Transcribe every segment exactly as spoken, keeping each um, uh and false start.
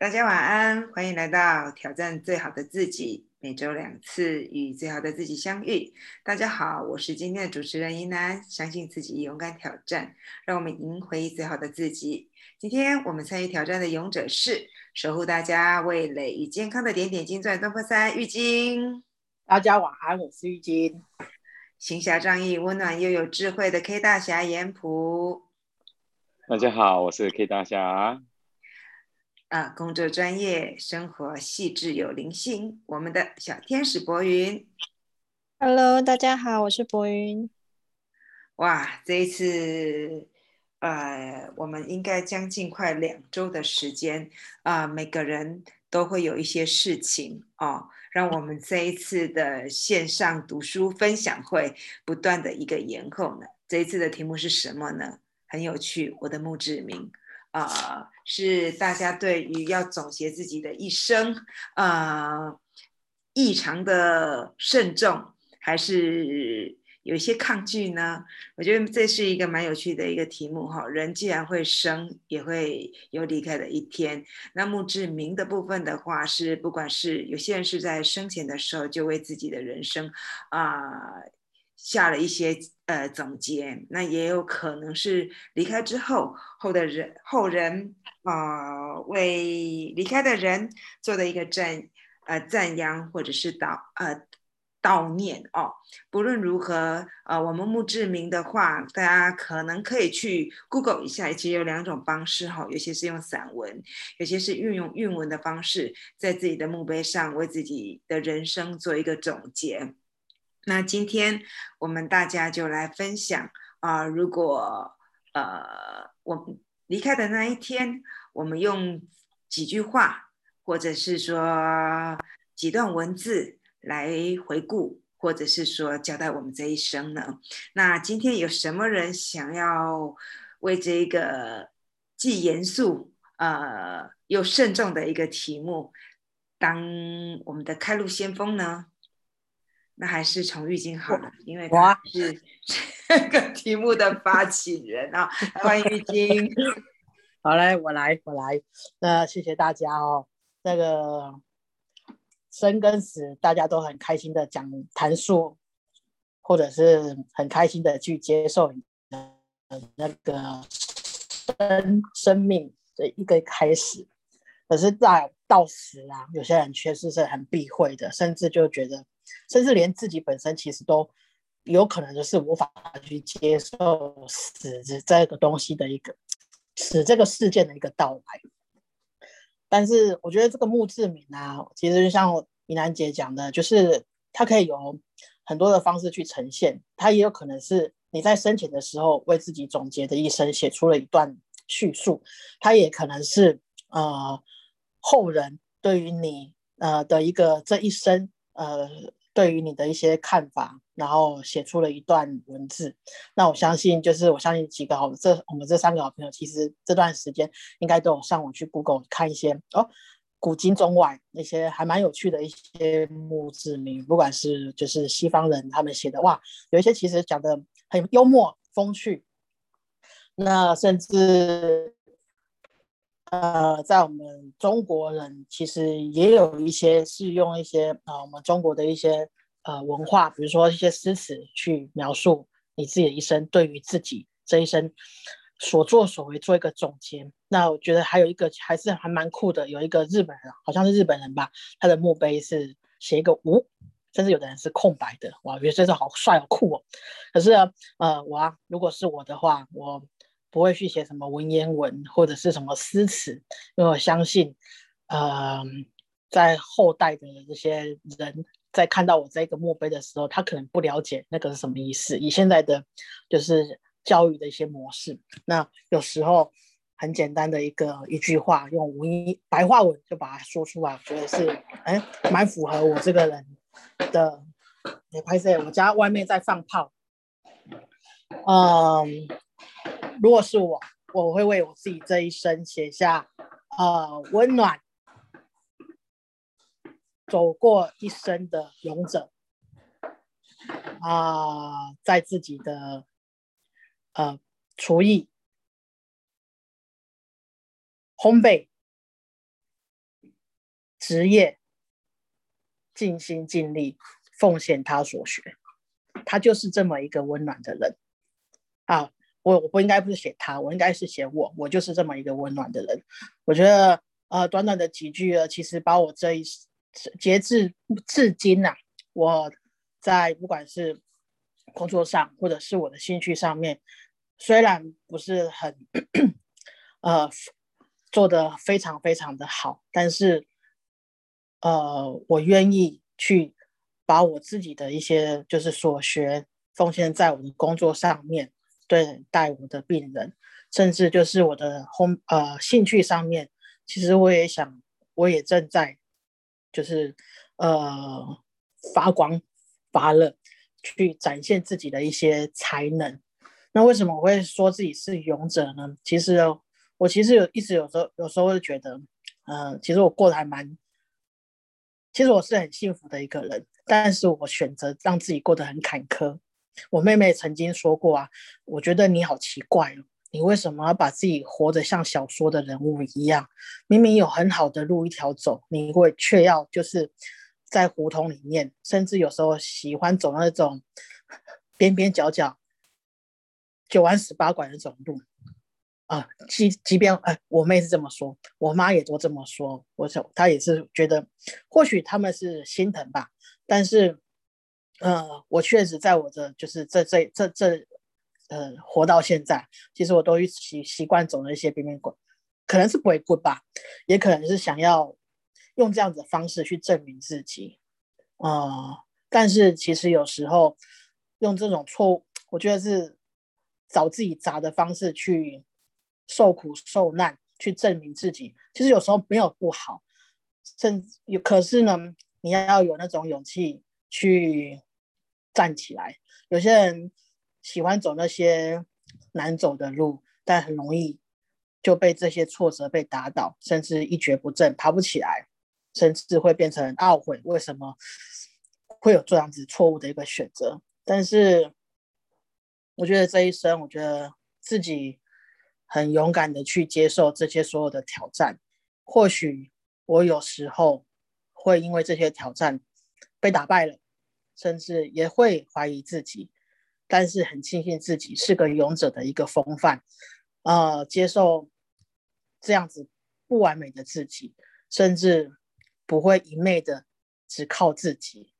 大家晚安，欢迎来到挑战最好的自己，每周两次与最好的自己相遇。大家好，我是今天的主持人怡南，相信自己，勇敢挑战，让我们赢回最好的自己。今天我们参与挑战的勇者是守护大家味蕾与健康的点点金钻东坡山玉晶， 大家晚安，我是玉金。 行侠仗义、温暖又有智慧的 K 大侠严普。 大家好，我是 K 大侠。 啊，工作专业，生活细致有灵性，我们的小天使博云。 Hello，大家好，我是博云。 哇，这一次，呃，我们应该将近快两周的时间，啊、每个人都会有一些事情哦，让我们这一次的线上读书分享会不断的一个延后呢。这一次的题目是什么呢？很有趣，我的墓志铭。啊、呃是大家对于要总结自己的一生，呃，异常的慎重，还是有一些抗拒呢？我觉得这是一个蛮有趣的一个题目哈。人既然会生，也会有离开的一天。那墓志铭的部分的话，是不管是有些人是在生前的时候就为自己的人生啊、呃下了一些呃总结，那也有可能是离开之后后的人后人啊、呃为离开的人做的一个赞呃赞扬或者是祷呃悼念哦。不论如何，呃，我们墓志铭的话，大家可能可以去 Google 一下，其实有两种方式哈、哦，有些是用散文，有些是运用韵文的方式，在自己的墓碑上为自己的人生做一个总结。那今天我们大家就来分享啊、呃如果呃我们离开的那一天，我们用几句话，或者是说几段文字来回顾，或者是说交代我们这一生呢？那今天有什么人想要为这个既严肃呃又慎重的一个题目当我们的开路先锋呢？那还是从玉晶好我了，因为他我啊， 是这个题目的发起人啊，欢迎玉晶。 好嘞，我来，我来。那谢谢大家哦。那个生跟死，大家都很开心的讲谈述，或者是很开心的去接受你的那个生生命的一个开始。可是在到死啊，有些人确实是很避讳的，甚至就觉得，甚至连自己本身其实都有可能就是无法去接受死这个东西的一个死这个事件的一个到来。但是我觉得这个墓志铭啊，其实就像怡南姐讲的，就是它可以有很多的方式去呈现，它也有可能是你在生前的时候为自己总结的一生写出了一段叙述，它也可能是呃后人对于你呃的一个这一生呃对于你的一些看法，然后写出了一段文字。那我相信，就是我相信几个好，这我们这三个好朋友，其实这段时间应该都有上网去 Google 看一些哦，古今中外那些还蛮有趣的一些墓志铭，不管是就是西方人他们写的，哇，有一些其实讲的很幽默风趣，那甚至呃，在我们中国人其实也有一些是用一些啊、呃，我们中国的一些呃文化，比如说一些诗词去描述你自己的一生，对于自己这一生所作所为做一个总结。那我觉得还有一个还是还蛮酷的，有一个日本人，好像是日本人吧，他的墓碑是写一个无，甚至有的人是空白的，哇，我觉得这是好帅好酷哦。可是呃，我啊，如果是我的话，我不会去写什么文言文或者是什么诗词，因为我相信，呃，在后代的这些人在看到我这个墓碑的时候，他可能不了解那个是什么意思。以现在的就是教育的一些模式，那有时候很简单的一个一句话，用文白话文就把它说出来，我觉得是哎蛮符合我这个人的。哎，拍摄，我家外面在放炮。嗯，如果是我，我会为我自己这一生写下呃温暖走过一生的勇者啊、呃在自己的呃厨艺、烘焙职业尽心尽力奉献他所学，他就是这么一个温暖的人啊。我我不应该不是写他，我应该是写我，我就是这么一个温暖的人。我觉得呃，短短的几句呢，其实把我这一截至至今啊，我在不管是工作上或者是我的兴趣上面，虽然不是很呃做得非常非常的好，但是呃我愿意去把我自己的一些就是所学奉献在我的工作上面，对待我的病人，甚至就是我的 home 呃兴趣上面，其实我也想，我也正在就是呃发光发热，去展现自己的一些才能。那为什么我会说自己是勇者呢？其实我其实有一直有时候有时候会觉得，呃，其实我过得还蛮，其实我是很幸福的一个人，但是我选择让自己过得很坎坷。我妹妹曾经说过啊，我觉得你好奇怪哦，你为什么要把自己活得像小说的人物一样？明明有很好的路一条走，你会却要就是在胡同里面，甚至有时候喜欢走那种边边角角、九弯十八拐的那种路啊。即即便哎，我妹是这么说，我妈也都这么说，我想她也是觉得，或许他们是心疼吧，但是。呃，我确实在我的就是这这这这呃活到现在，其实我都习习惯走了一些边边拐，可能是不会过吧，也可能是想要用这样子的方式去证明自己，呃，但是其实有时候用这种错误，我觉得是找自己砸的方式去受苦受难，去证明自己，其实有时候没有不好，甚至有，可是呢，你要有那种勇气去站起来。有些人喜欢走那些难走的路，但很容易就被这些挫折被打倒，甚至一蹶不振，爬不起来，甚至会变成懊悔为什么会有这样子错误的一个选择。但是我觉得这一生，我觉得自己很勇敢的去接受这些所有的挑战。或许我有时候会因为这些挑战被打败了，甚至也会怀疑自己，但是很庆幸自己是个勇者的一个风范，呃，接受这样子不完美的自己，甚至不会一昧的只靠自己。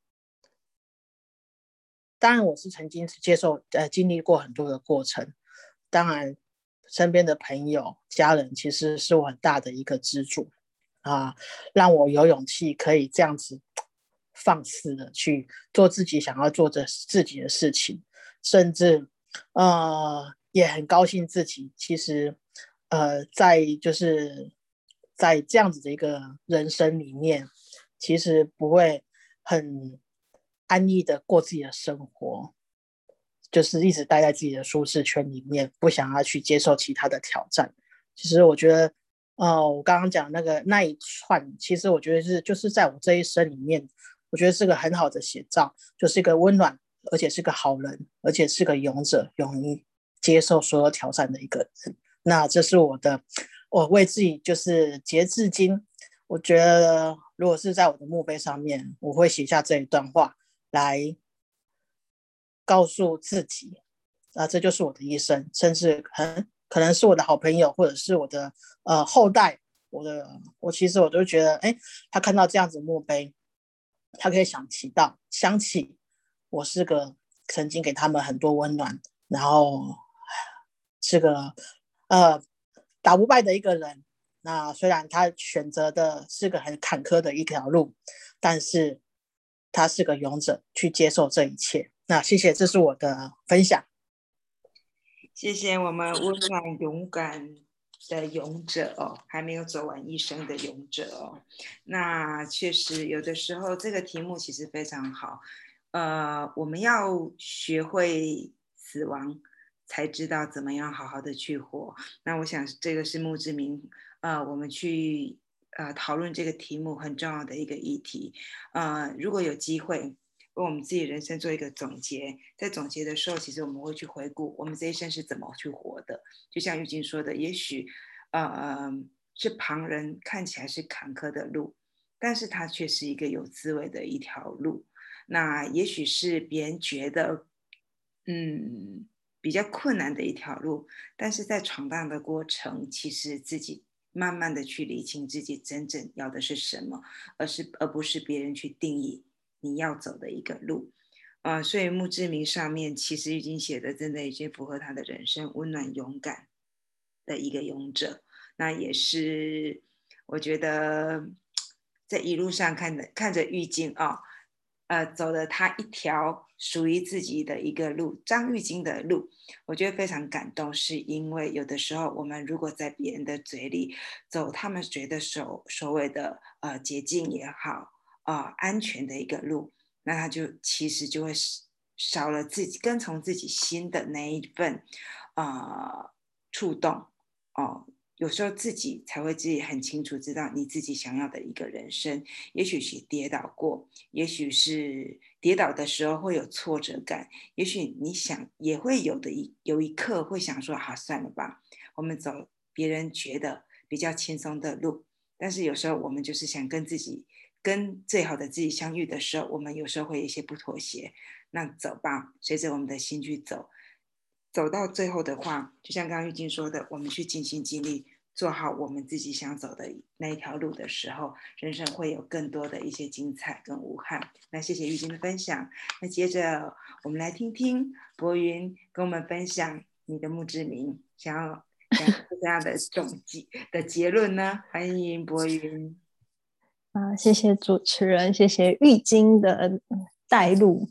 当然，我是曾经接受呃经历过很多的过程，当然身边的朋友、家人其实是我很大的一个支柱啊，让我有勇气可以这样子放肆的去做自己想要做的自己的事情，甚至呃也很高兴自己其实呃在就是在这样子的一个人生里面，其实不会很安逸的过自己的生活，就是一直待在自己的舒适圈里面，不想要去接受其他的挑战。其实我觉得，呃，我刚刚讲那个那一串，其实我觉得是就是在我这一生里面，我觉得是个很好的写照，就是一个温暖，而且是个好人，而且是个勇者，勇于接受所有挑战的一个人。那这是我的，我为自己就是截至今，我觉得如果是在我的墓碑上面，我会写下这一段话来告诉自己，啊，这就是我的一生，甚至可能可能是我的好朋友，或者是我的呃后代，我的我其实我都觉得，哎，他看到这样子墓碑，他可以想起到想起我是个曾经给他们很多温暖，然后是个呃打不败的一个人。那虽然他选择的是个很坎坷的一条路，但是他是个勇者，去接受这一切。那谢谢，这是我的分享。 谢谢我们温暖勇敢的勇者哦，还没有走完一生的勇者哦。那确实有的时候这个题目其实非常好，呃，我们要学会死亡，才知道怎么样好好的去活。那我想这个是墓志铭，呃，我们去呃讨论这个题目很重要的一个议题。呃，如果有机会。为我们自己人生做一个总结，在总结的时候，其实我们会去回顾我们这一生是怎么去活的。就像玉晶说的，也许呃是旁人看起来是坎坷的路， 但是它却是一个有滋味的一条路。那也许是别人觉得嗯比较困难的一条路，但是在闯荡的过程，其实自己慢慢的去理清自己真正要的是什么，而是而不是别人去定义你要走的一个路。呃，所以墓志铭上面其实已经写的真的已经符合他的人生，温暖勇敢的一个勇者。那也是我觉得在一路上看着看着玉京啊、哦，呃，走了他一条属于自己的一个路，张玉京的路，我觉得非常感动，是因为有的时候我们如果在别人的嘴里走他们觉得所所谓的呃捷径也好，呃安全的一个路，那他就其实就会少了自己跟从自己心的那一份呃触动哦。有时候自己才会自己很清楚知道你自己想要的一个人生，也许是跌倒过，也许是跌倒的时候会有挫折感，也许你想也会有的一有一刻会想说啊算了吧，我们走别人觉得比较轻松的路，但是有时候我们就是想跟自己跟最好的自己相遇的时候，我们有时候会有一些不妥协，那走吧，随着我们的心去走，走到最后的话，就像刚刚玉晶说的，我们去尽心尽力做好我们自己想走的那一条路的时候，人生会有更多的一些精彩跟无憾。那谢谢玉晶的分享。那接着我们来听听博云跟我们分享你的墓志铭，想要想要这样的总结的结论呢？欢迎博云。 啊，谢谢主持人，谢谢玉晶的带路。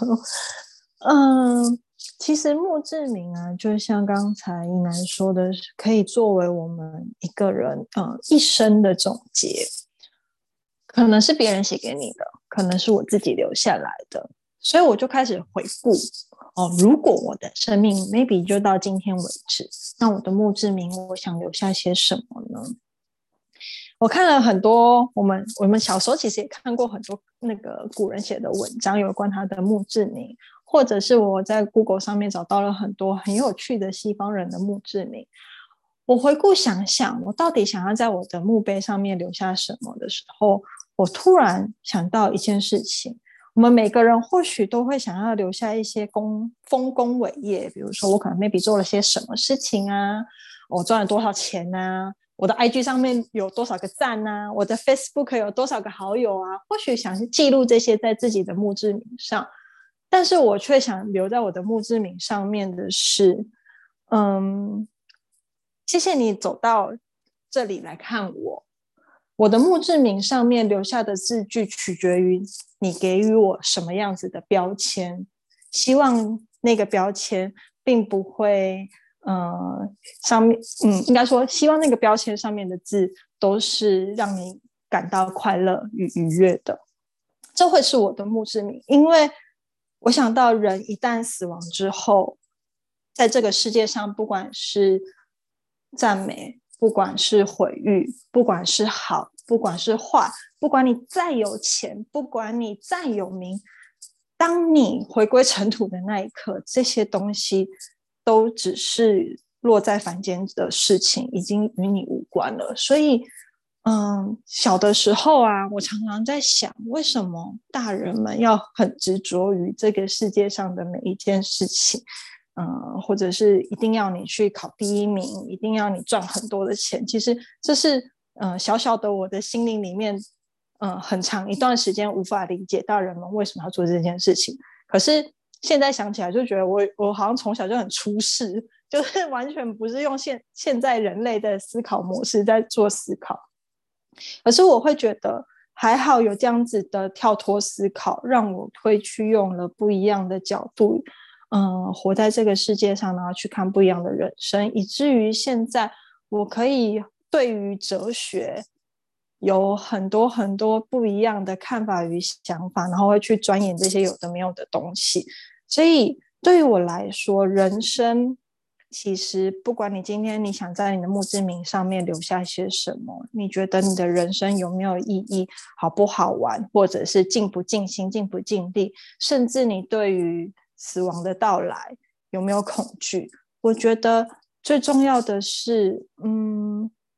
嗯，其实墓志铭啊，就像刚才英男说的，可以作为我们一个人呃一生的总结。可能是别人写给你的，可能是我自己留下来的，所以我就开始回顾哦，如果我的生命 maybe 就到今天为止，那我的墓志铭我想留下些什么呢？我看了很多，我们我们小时候其实也看过很多那个古人写的文章，有关他的墓志铭，或者是我在 Google 上面找到了很多很有趣的西方人的墓志铭。我回顾想想，我到底想要在我的墓碑上面留下什么的时候，我突然想到一件事情。我们每个人或许都会想要留下一些功丰功伟业，比如说我可能 maybe 做了些什么事情啊，我赚了多少钱啊，我的 I G 上面有多少个赞啊，我的 Facebook 有多少个好友啊，或许想记录这些在自己的墓志铭上，但是我却想留在我的墓志铭上面的是，嗯，谢谢你走到这里来看我。我的墓志铭上面留下的字句取决于你给予我什么样子的标签，希望那个标签并不会呃上面嗯应该说希望那个标签上面的字都是让你感到快乐与愉悦的，这会是我的墓志铭。因为我想到人一旦死亡之后，在这个世界上不管是赞美，不管是毁誉，不管是好，不管是坏，不管你再有钱，不管你再有名，当你回归尘土的那一刻，这些东西都只是落在凡间的事情，已经与你无关了。所以嗯，小的时候啊，我常常在想，为什么大人们要很执着于这个世界上的每一件事情？嗯，或者是一定要你去考第一名，一定要你赚很多的钱。其实这是呃小小的我的心灵里面，呃很长一段时间无法理解到人们为什么要做这件事情。可是现在想起来，就觉得我我好像从小就很出世，就是完全不是用现现在人类的思考模式在做思考。可是我会觉得还好有这样子的跳脱思考，让我会去用了不一样的角度。嗯，活在这个世界上，然后去看不一样的人生，以至于现在我可以对于哲学有很多很多不一样的看法与想法，然后会去钻研这些有的没有的东西。所以对于我来说，人生其实不管你今天你想在你的墓志铭上面留下些什么，你觉得你的人生有没有意义，好不好玩，或者是尽不尽心尽不尽力，甚至你对于死亡的到来有没有恐惧，我觉得最重要的是嗯，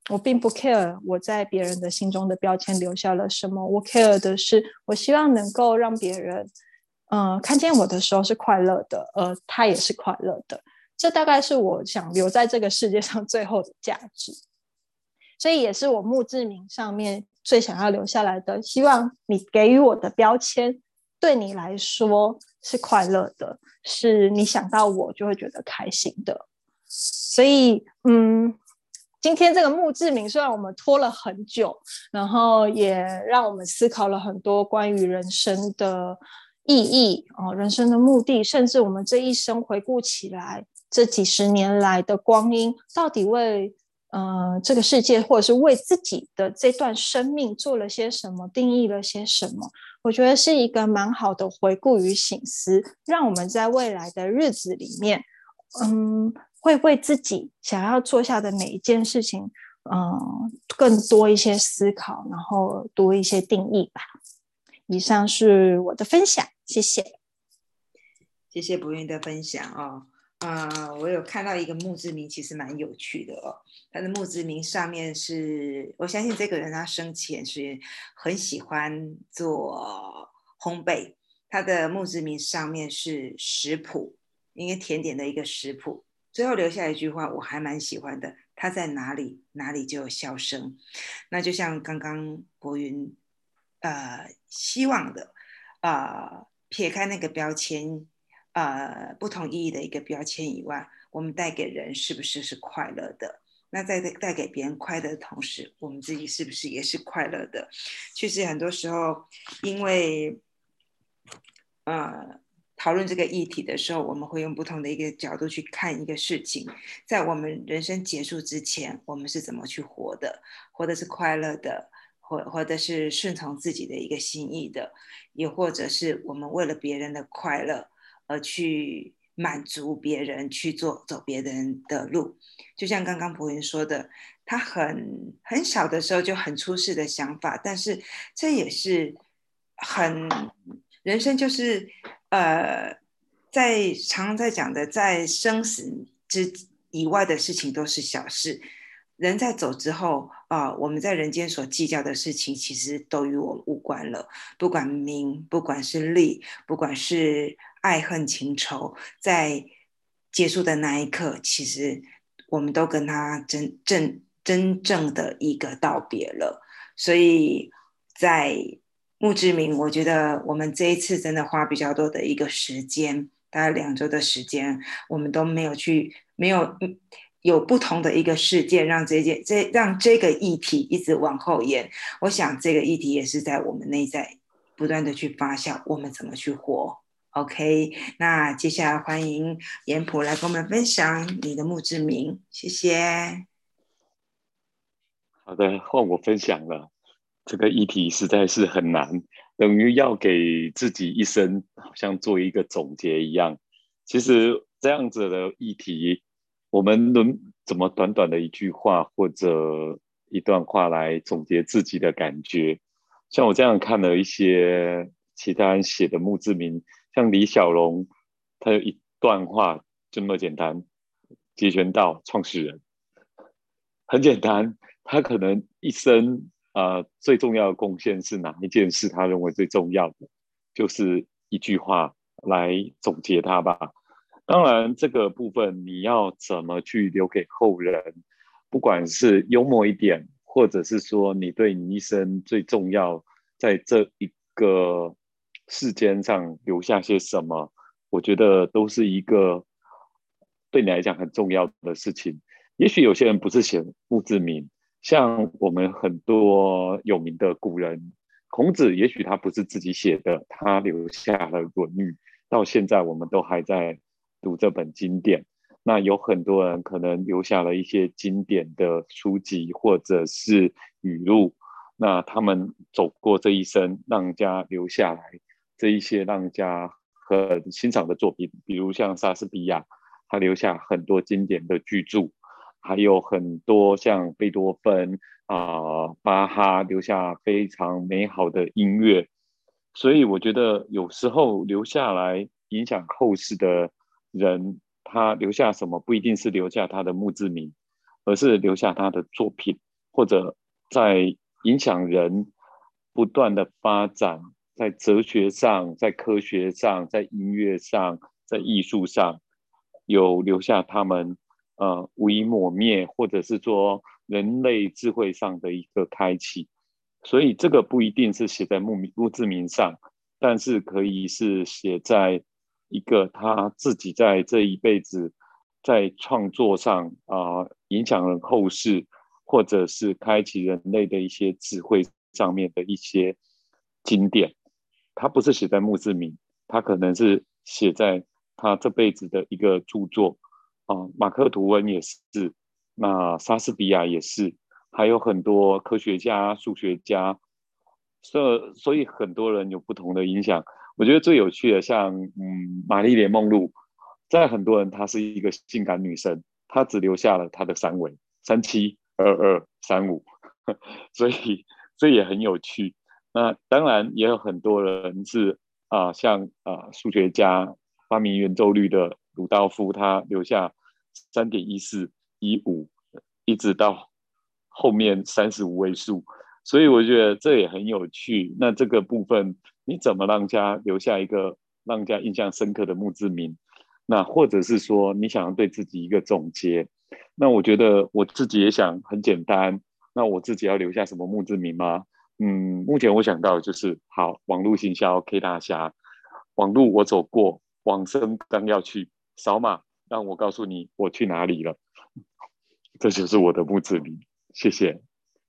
我并不 care 我在别人的心中的标签留下了什么，我 care 的是我希望能够让别人呃，看见我的时候是快乐的，呃，他也是快乐的，这大概是我想留在这个世界上最后的价值，所以也是我墓志铭上面最想要留下来的，希望你给予我的标签对你来说是快乐的，是你想到我就会觉得开心的。所以嗯，今天这个墓志铭虽然我们拖了很久，然后也让我们思考了很多关于人生的意义、哦、人生的目的，甚至我们这一生回顾起来这几十年来的光阴到底为呃这个世界或者是为自己的这段生命做了些什么，定义了些什么，我觉得是一个蛮好的回顾与省思，让我们在未来的日子里面嗯，会为自己想要做下的每一件事情嗯，更多一些思考，然后多一些定义吧。以上是我的分享，谢谢。 谢谢博云的分享哦。呃，我有看到一个墓志铭，其实蛮有趣的哦。他的墓志铭上面是，我相信这个人他生前是很喜欢做烘焙。他的墓志铭上面是食谱，应该甜点的一个食谱。最后留下一句话，我还蛮喜欢的：他在哪里，哪里就有笑声。那就像刚刚博云呃希望的，呃，撇开那个标签，呃，不同意义的一个标签以外，我们带给人是不是是快乐的？那在带给别人快乐的同时，我们自己是不是也是快乐的？其实很多时候，因为呃讨论这个议题的时候，我们会用不同的一个角度去看一个事情。在我们人生结束之前，我们是怎么去活的？活的是快乐的，或或者是顺从自己的一个心意的，也或者是我们为了别人的快乐而去满足别人，去做走别人的路。就像刚刚博云说的，他很很小的时候就很出世的想法，但是这也是很人生就是呃，在常常在讲的，在生死之以外的事情都是小事。人在走之后啊、呃，我们在人间所计较的事情，其实都与我无关了。不管名，不管是利，不管是爱恨情仇，在结束的那一刻，其实我们都跟他真正真正的一个道别了。所以在墓志铭，我觉得我们这一次真的花比较多的一个时间，大概两周的时间，我们都没有去没有有不同的一个事件，让这件这让这个议题一直往后延。我想这个议题也是在我们内在不断的去发酵，我们怎么去活。OK，那接下来欢迎严普来跟我们分享你的墓志铭，谢谢。 好的，换我分享了。这个议题实在是很难，等于要给自己一生好像做一个总结一样。其实这样子的议题，我们能怎么短短的一句话或者一段话来总结自己的感觉？像我这样看了一些其他人写的墓志铭，像李小龙，他有一段话这么简单：截拳道创始人，很简单，他可能一生呃最重要的贡献是哪一件事？他认为最重要的就是一句话来总结他吧。当然，这个部分你要怎么去留给后人，不管是幽默一点，或者是说你对你一生最重要，在这一个世间上留下些什么，我觉得都是一个对你来讲很重要的事情。也许有些人不是写墓志铭，像我们很多有名的古人，孔子，也许他不是自己写的，他留下了《论语》，到现在我们都还在读这本经典。那有很多人可能留下了一些经典的书籍或者是语录，那他们走过这一生，让人家留下来这一些让人家很欣赏的作品，比如像莎士比亚，他留下很多经典的巨著。还有很多像贝多芬啊、呃、巴哈留下非常美好的音乐，所以我觉得有时候留下来影响后世的人，他留下什么不一定是留下他的墓志铭，而是留下他的作品， 或者在影响人不断的发展，在哲学上，在科学上，在音乐上，在艺术上，有留下他们呃无以抹灭，或者是说人类智慧上的一个开启。所以这个不一定是写在墓墓志铭上，但是可以是写在一个他自己在这一辈子在创作上啊、呃，影响了后世，或者是开启人类的一些智慧上面的一些经典。他不是写在墓志铭，他可能是写在他这辈子的一个著作啊、呃，马克吐温也是，那莎士比亚也是，还有很多科学家、数学家，所所以很多人有不同的影响。我觉得最有趣的像，嗯，玛丽莲梦露，在很多人她是一个性感女神，她只留下了她的三围三七二二三五，所以这也很有趣。那当然也有很多人是啊、呃，像啊、呃、数学家发明圆周率的鲁道夫，他留下三点一四一五，一直到后面三十五位数。所以我觉得这也很有趣。那这个部分你怎么让家留下一个让家印象深刻的墓志铭？那或者是说你想要对自己一个总结？那我觉得我自己也想很简单。那我自己要留下什么墓志铭吗？嗯，目前我想到的就是好，网络行销 K 大侠，网络我走过，往生刚要去，扫码让我告诉你我去哪里了，这就是我的墓志铭。谢谢。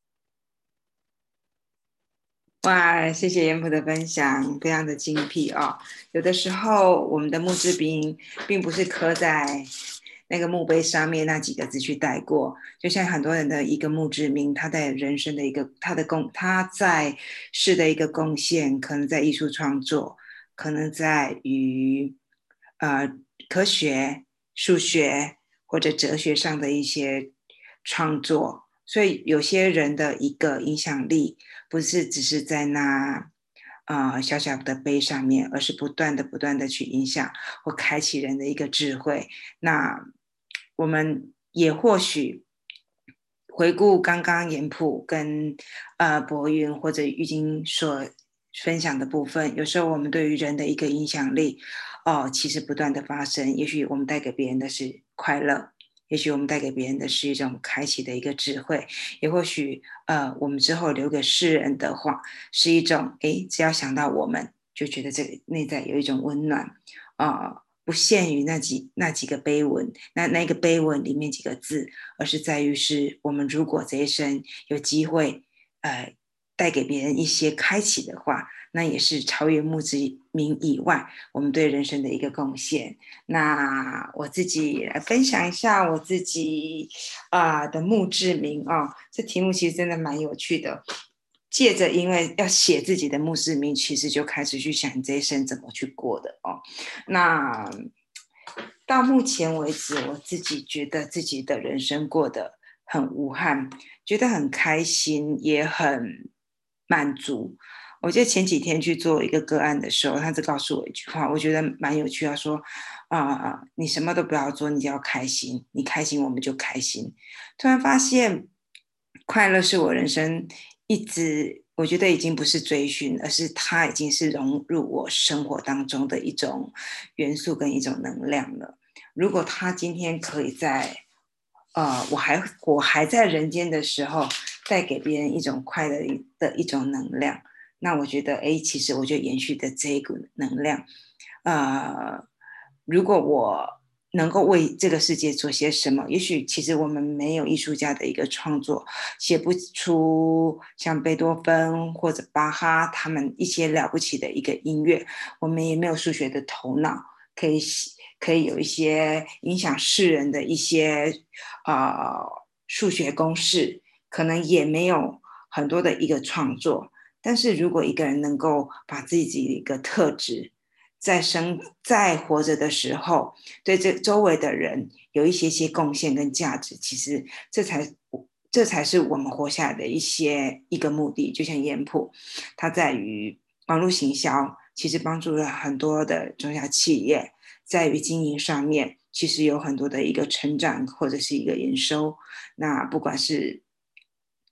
哇，谢谢严普的分享，非常的精辟哦。有的时候我们的墓志铭并不是刻在那个墓碑上面那几个字去带过，就像很多人的一个墓志铭，他在人生的一个他的贡，他在世的一个贡献，可能在艺术创作，可能在于呃科学、数学或者哲学上的一些创作，所以有些人的一个影响力。不是只是在那呃小小的碑上面，而是不断的不断的去影响或开启人的一个智慧。那我们也或许回顾刚刚严普跟呃博云或者玉晶所分享的部分，有时候我们对于人的一个影响力，哦、呃，其实不断的发生。也许我们带给别人的是快乐，也许我们带给别人的是一种开启的一个智慧，也或许呃，我们之后留给世人的话，是一种诶，只要想到我们，就觉得这个内在有一种温暖啊、呃，不限于那几那几个碑文，那那个碑文里面几个字，而是在于是我们如果这一生有机会呃带给别人一些开启的话，那也是超越墓志铭以外，我们对人生的一个贡献。那我自己来分享一下我自己啊、呃、的墓志铭啊、哦，这题目其实真的蛮有趣的。借着因为要写自己的墓志铭，其实就开始去想你这一生怎么去过的哦。那到目前为止，我自己觉得自己的人生过得很无憾，觉得很开心，也很满足。我记得前几天去做一个个案的时候，他就告诉我一句话，我觉得蛮有趣。他说：啊、呃，你什么都不要做，你只要开心，你开心我们就开心。突然发现，快乐是我人生一直，我觉得已经不是追寻，而是它已经是融入我生活当中的一种元素跟一种能量了。如果他今天可以在呃，我还我还在人间的时候，带给别人一种快乐的一种能量，那我觉得，哎，其实我就延续的这一股能量，呃，如果我能够为这个世界做些什么，也许其实我们没有艺术家的一个创作，写不出像贝多芬或者巴哈他们一些了不起的一个音乐，我们也没有数学的头脑，可以可以有一些影响世人的一些呃数学公式，可能也没有很多的一个创作。但是如果一个人能够把自己的一个特质，在生在活着的时候，对这周围的人有一些些贡献跟价值，其实这才这才是我们活下来的一些一个目的。就像严普，它在于网络行销，其实帮助了很多的中小企业，在于经营上面，其实有很多的一个成长或者是一个营收。那不管是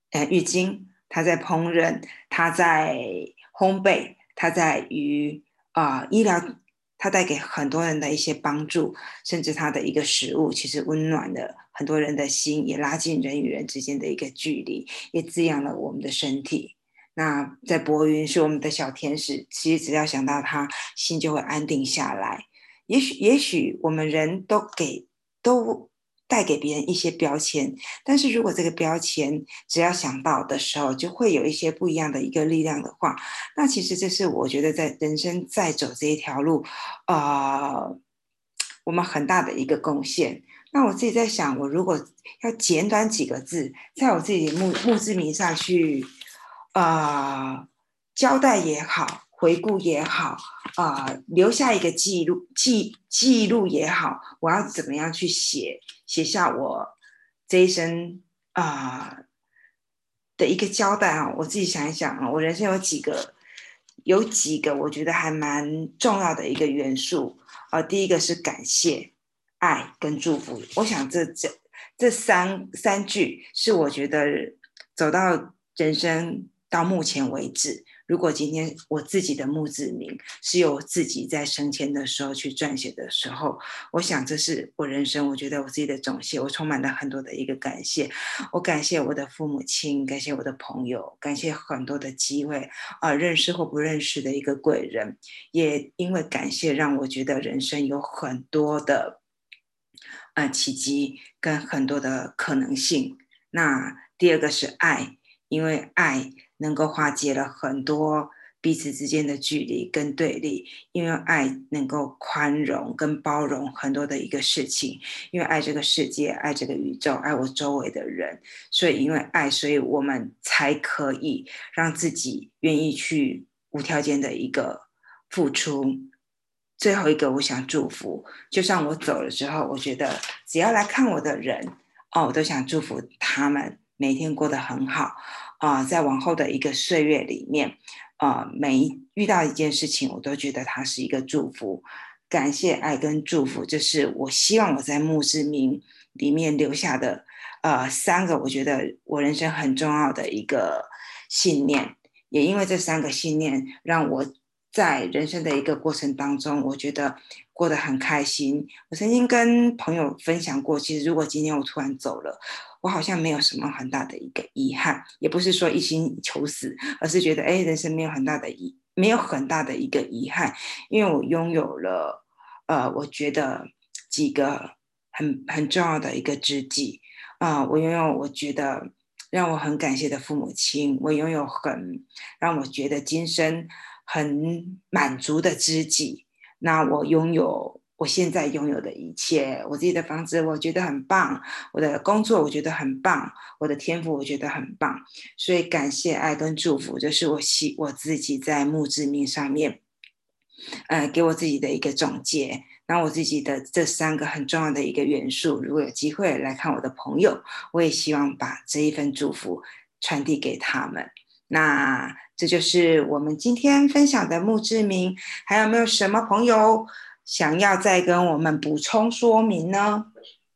呃浴巾，他在烹饪，他在烘焙，他在于啊、呃、医疗，他带给很多人的一些帮助，甚至他的一个食物，其实温暖了很多人的心，也拉近人与人之间的一个距离，也滋养了我们的身体。那在博云是我们的小天使，其实只要想到他，心就会安定下来。也许，也许我们人都给都带给别人一些标签，但是如果这个标签只要想到的时候，就会有一些不一样的一个力量的话，那其实这是我觉得在人生在走这一条路，呃，我们很大的一个贡献。那我自己在想，我如果要简短几个字，在我自己的墓墓志铭上去，呃，交代也好，回顾也好，呃，留下一个记录记记录也好，我要怎么样去写写下我这一生啊、呃的一个交代啊？我自己想一想啊，我人生有几个有几个我觉得还蛮重要的一个元素。呃，第一个是感谢、爱跟祝福。我想这这这三三句是我觉得走到人生到目前为止，如果今天我自己的墓志铭是由我自己在生前的时候去撰写的时候，我想这是我人生，我觉得我自己的总结，我充满了很多的一个感谢。我感谢我的父母亲，感谢我的朋友，感谢很多的机会，啊、呃，认识或不认识的一个贵人，也因为感谢，让我觉得人生有很多的呃奇迹跟很多的可能性。那第二个是爱，因为爱能够化解了很多彼此之间的距离跟对立，因为爱能够宽容跟包容很多的一个事情，因为爱这个世界，爱这个宇宙，爱我周围的人，所以因为爱，所以我们才可以让自己愿意去无条件的一个付出。最后一个，我想祝福，就算我走了之后，我觉得只要来看我的人，哦，我都想祝福他们每天过得很好，啊、呃，在往后的一个岁月里面，呃，每一遇到一件事情，我都觉得它是一个祝福。感谢、爱跟祝福，这是我希望我在墓志铭里面留下的，呃，三个我觉得我人生很重要的一个信念。也因为这三个信念，让我在人生的一个过程当中，我觉得过得很开心。我曾经跟朋友分享过，其实如果今天我突然走了，我好像没有什么很大的一个遗憾，也不是说一心求死，而是觉得哎，人生没有很大的遗，没有很大的一个遗憾，因为我拥有了，呃，我觉得几个很很重要的一个知己啊、呃，我拥有我觉得让我很感谢的父母亲，我拥有很让我觉得今生很满足的知己。那我拥有我现在拥有的一切，我自己的房子我觉得很棒，我的工作我觉得很棒，我的天赋我觉得很棒，所以感谢、爱跟祝福，这是我希我自己在墓志铭上面，呃，给我自己的一个总结。那我自己的这三个很重要的一个元素，如果有机会来看我的朋友，我也希望把这一份祝福传递给他们。那这就是我们今天分享的墓志铭，还有没有什么朋友想要再跟我们补充说明呢？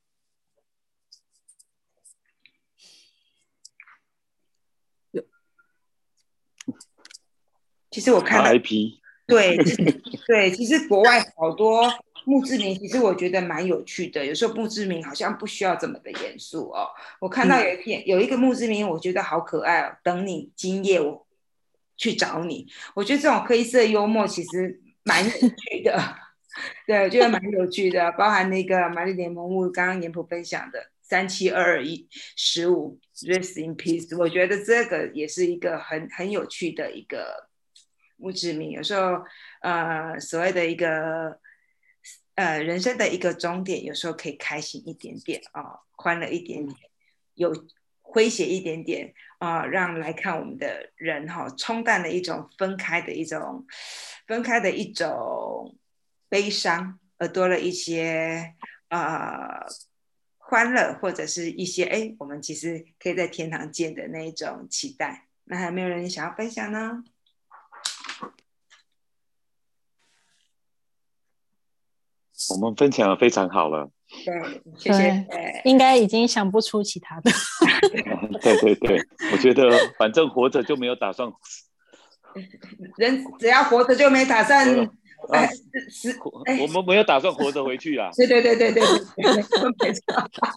其实我看到 R I P 对，其实对，其实国外好多墓志铭，其实我觉得蛮有趣的。有时候墓志铭好像不需要这么的严肃哦。我看到有一篇有一个墓志铭，我觉得好可爱哦。等你今夜我去找你，我觉得这种黑色幽默其实蛮有趣的。对，我觉得蛮有趣的，包含那个玛丽莲梦露刚刚严普分享的三七二二一十五 rest in peace，我觉得这个也是一个很很有趣的一个墓志铭。有时候呃所谓的一个呃人生的一个终点，有时候可以开心一点点啊、哦，欢乐一点点，有诙谐一点点啊、呃，让来看我们的人哈、哦，冲淡了一种分开的一种分开的一种悲伤，而多了一些呃欢乐，或者是一些哎，我们其实可以在天堂见的那一种期待。那还有没有人想要分享呢？ 我们分享的非常好了， 对，谢谢。 应该已经想不出其他的。 对对对，我觉得反正活着就没有打算， 人只要活着就没打算，哎，死， 哎，我们没有打算活着回去啊。 对对对对对对，没错没错。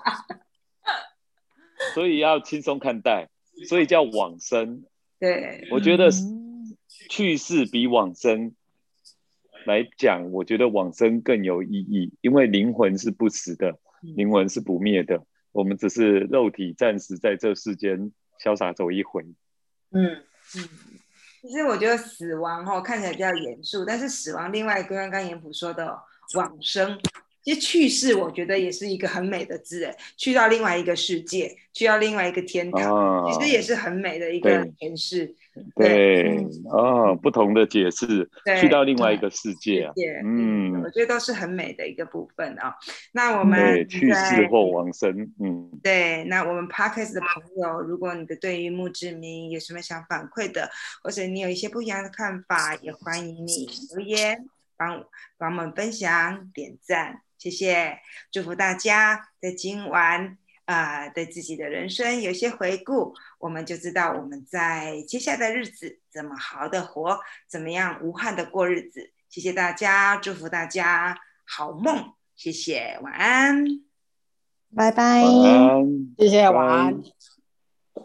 所以要轻松看待，所以叫往生。 对， 我觉得去世比往生来讲，我觉得往生更有意义，因为灵魂是不死的，灵魂是不灭的，我们只是肉体暂时在这世间潇洒走一回。 嗯嗯，其实我觉得死亡哦看起来比较严肃，但是死亡另外一个刚刚严普说的、哦、往生，其实去世我觉得也是一个很美的字，哎，去到另外一个世界，去到另外一个天堂，啊、其实也是很美的一个诠释。 对，哦、嗯，不同的解释，去到另外一个世界啊， 嗯，我觉得都是很美的一个部分啊、哦。那我们对去世或往生，嗯， 对，那我们 Podcast 的朋友，如果你的对于墓志铭有什么想反馈的，或者你有一些不一样的看法，也欢迎你留言帮帮我们分享、点赞，谢谢，祝福大家在今晚。啊、呃，对自己的人生有些回顾，我们就知道我们在接下来的日子怎么好好的活，怎么样无憾的过日子。谢谢大家，祝福大家好梦，谢谢，晚安， 拜拜， 晚安， 谢谢，晚安。